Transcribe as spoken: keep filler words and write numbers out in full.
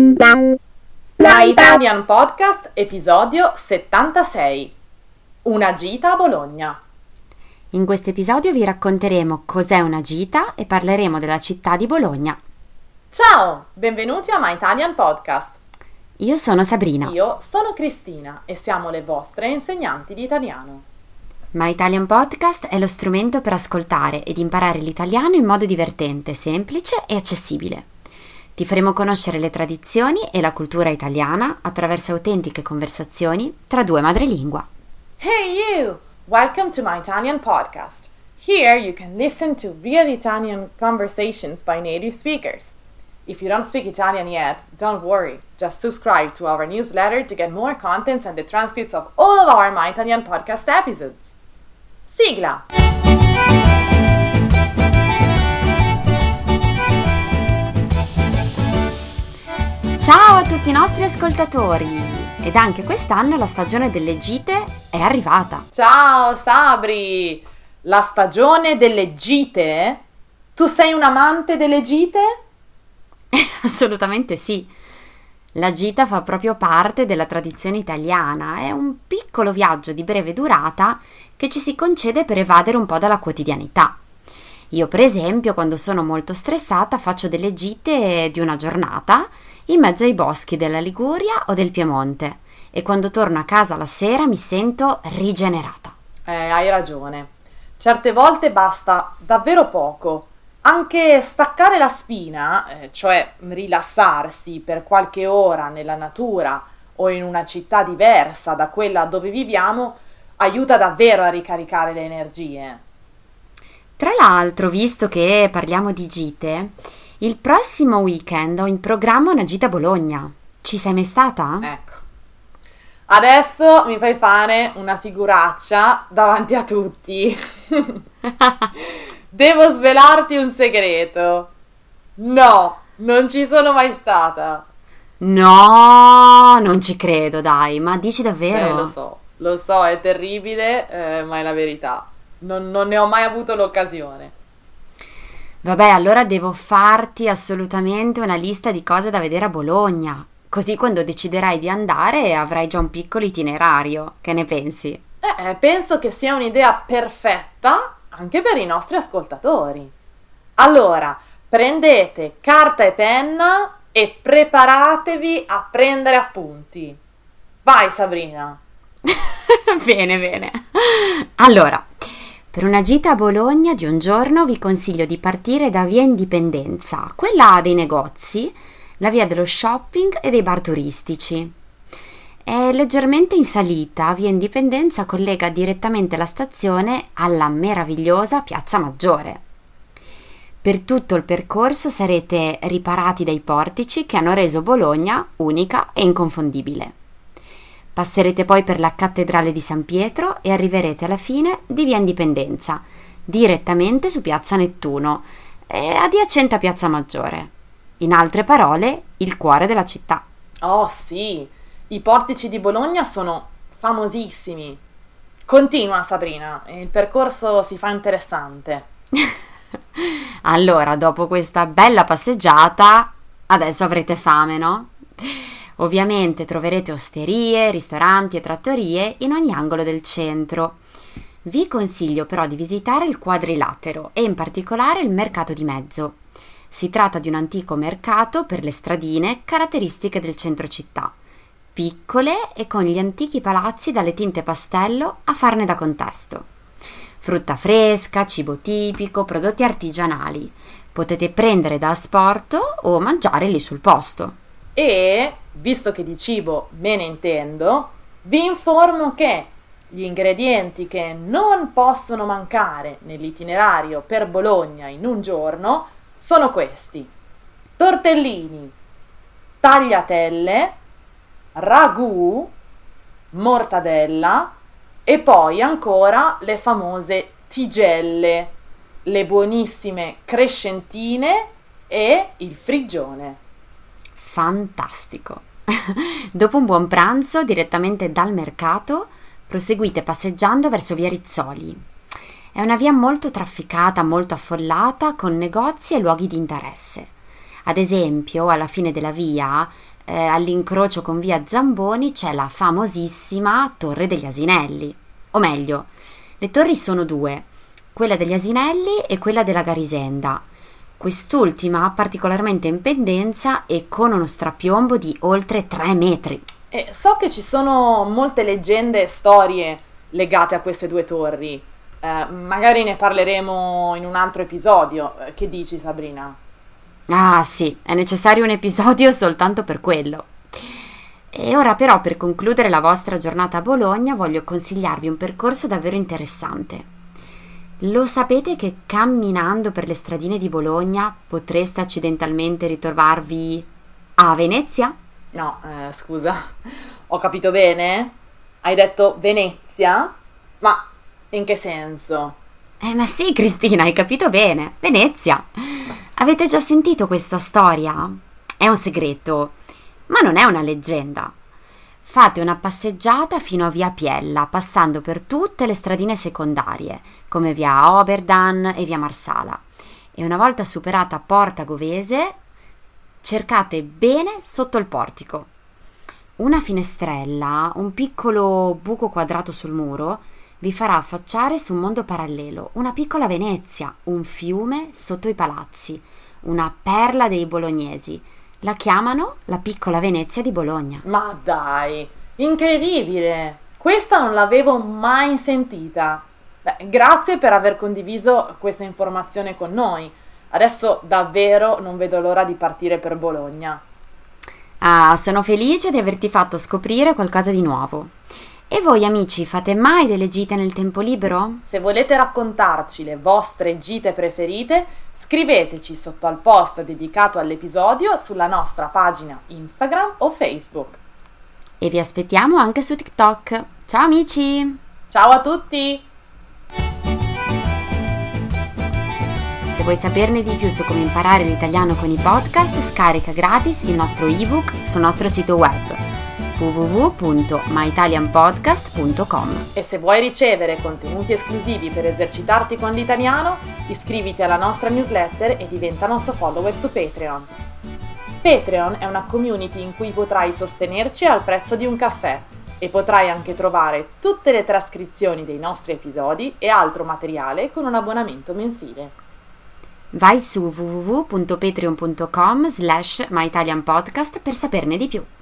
My Italian Podcast, episodio settantasei. Una gita a Bologna. In questo episodio vi racconteremo cos'è una gita e parleremo della città di Bologna. Ciao, benvenuti a My Italian Podcast. Io sono Sabrina. Io sono Cristina e siamo le vostre insegnanti di italiano. My Italian Podcast è lo strumento per ascoltare ed imparare l'italiano in modo divertente, semplice e accessibile. Ti faremo conoscere le tradizioni e la cultura italiana attraverso autentiche conversazioni tra due madrelingua. Hey you! Welcome to My Italian Podcast. Here you can listen to real Italian conversations by native speakers. If you don't speak Italian yet, don't worry. Just subscribe to our newsletter to get more contents and the transcripts of all of our My Italian Podcast episodes. Sigla! Ciao a tutti i nostri ascoltatori! Ed anche quest'anno la stagione delle gite è arrivata. Ciao Sabri! La stagione delle gite? Tu sei un amante delle gite? Assolutamente sì. La gita fa proprio parte della tradizione italiana. È un piccolo viaggio di breve durata che ci si concede per evadere un po' dalla quotidianità. Io, per esempio, quando sono molto stressata faccio delle gite di una giornata in mezzo ai boschi della Liguria o del Piemonte e quando torno a casa la sera mi sento rigenerata. Eh, hai ragione. Certe volte basta davvero poco. Anche staccare la spina, eh, cioè rilassarsi per qualche ora nella natura o in una città diversa da quella dove viviamo, aiuta davvero a ricaricare le energie. Tra l'altro, visto che parliamo di gite, il prossimo weekend ho in programma una gita a Bologna. Ci sei mai stata? Ecco. Adesso mi fai fare una figuraccia davanti a tutti. Devo svelarti un segreto. No, non ci sono mai stata. No, non ci credo, dai, ma dici davvero? Eh, lo so, lo so, è terribile, eh, ma è la verità. Non, non ne ho mai avuto l'occasione. Vabbè, allora devo farti assolutamente una lista di cose da vedere a Bologna. Così quando deciderai di andare avrai già un piccolo itinerario. Che ne pensi? Eh, penso che sia un'idea perfetta anche per i nostri ascoltatori. Allora, prendete carta e penna e preparatevi a prendere appunti. Vai Sabrina. Bene, bene. Allora, per una gita a Bologna di un giorno vi consiglio di partire da Via Indipendenza, quella dei negozi, la via dello shopping e dei bar turistici. È leggermente in salita, Via Indipendenza collega direttamente la stazione alla meravigliosa Piazza Maggiore. Per tutto il percorso sarete riparati dai portici che hanno reso Bologna unica e inconfondibile. Passerete poi per la cattedrale di San Pietro e arriverete alla fine di Via Indipendenza, direttamente su Piazza Nettuno, adiacente a Piazza Maggiore. In altre parole, il cuore della città. Oh sì, i portici di Bologna sono famosissimi. Continua Sabrina, il percorso si fa interessante. Allora, dopo questa bella passeggiata, adesso avrete fame, no? Ovviamente troverete osterie, ristoranti e trattorie in ogni angolo del centro. Vi consiglio però di visitare il Quadrilatero e in particolare il Mercato di Mezzo. Si tratta di un antico mercato per le stradine caratteristiche del centro città, piccole e con gli antichi palazzi dalle tinte pastello a farne da contesto. Frutta fresca, cibo tipico, prodotti artigianali. Potete prendere da asporto o mangiare lì sul posto. E, visto che di cibo me ne intendo, vi informo che gli ingredienti che non possono mancare nell'itinerario per Bologna in un giorno sono questi: tortellini, tagliatelle, ragù, mortadella e poi ancora le famose tigelle, le buonissime crescentine e il frigione. Fantastico! Dopo un buon pranzo, direttamente dal mercato, proseguite passeggiando verso via Rizzoli. È una via molto trafficata, molto affollata, con negozi e luoghi di interesse. Ad esempio, alla fine della via eh, all'incrocio con via Zamboni c'è la famosissima Torre degli Asinelli. O meglio, le torri sono due, quella degli Asinelli e quella della Garisenda. Quest'ultima particolarmente in pendenza e con uno strapiombo di oltre tre metri. E so che ci sono molte leggende e storie legate a queste due torri. Eh, magari ne parleremo in un altro episodio. Eh, Che dici, Sabrina? Ah sì, è necessario un episodio soltanto per quello. E ora però, per concludere la vostra giornata a Bologna, voglio consigliarvi un percorso davvero interessante. Lo sapete che camminando per le stradine di Bologna potreste accidentalmente ritrovarvi a Venezia? No, eh, scusa, ho capito bene? Hai detto Venezia? Ma in che senso? Eh ma sì, Cristina, hai capito bene, Venezia. Avete già sentito questa storia? È un segreto, ma non è una leggenda. Fate una passeggiata fino a via Piella, passando per tutte le stradine secondarie, come via Oberdan e via Marsala. E una volta superata Porta Govese, cercate bene sotto il portico. Una finestrella, un piccolo buco quadrato sul muro, vi farà affacciare su un mondo parallelo, una piccola Venezia, un fiume sotto i palazzi, una perla dei bolognesi. La chiamano la piccola Venezia di Bologna. Ma dai, incredibile! Questa non l'avevo mai sentita. Beh, grazie per aver condiviso questa informazione con noi. Adesso davvero non vedo l'ora di partire per Bologna. Ah, sono felice di averti fatto scoprire qualcosa di nuovo. E voi amici, fate mai delle gite nel tempo libero? Se volete raccontarci le vostre gite preferite, scriveteci sotto al post dedicato all'episodio sulla nostra pagina Instagram o Facebook. E vi aspettiamo anche su TikTok. Ciao amici! Ciao a tutti! Se vuoi saperne di più su come imparare l'italiano con i podcast, scarica gratis il nostro ebook sul nostro sito web w w w punto my italian podcast punto com. E se vuoi ricevere contenuti esclusivi per esercitarti con l'italiano, iscriviti alla nostra newsletter e diventa nostro follower su Patreon. Patreon è una community in cui potrai sostenerci al prezzo di un caffè e potrai anche trovare tutte le trascrizioni dei nostri episodi e altro materiale con un abbonamento mensile. Vai su w w w punto patreon punto com slash my italian podcast per saperne di più.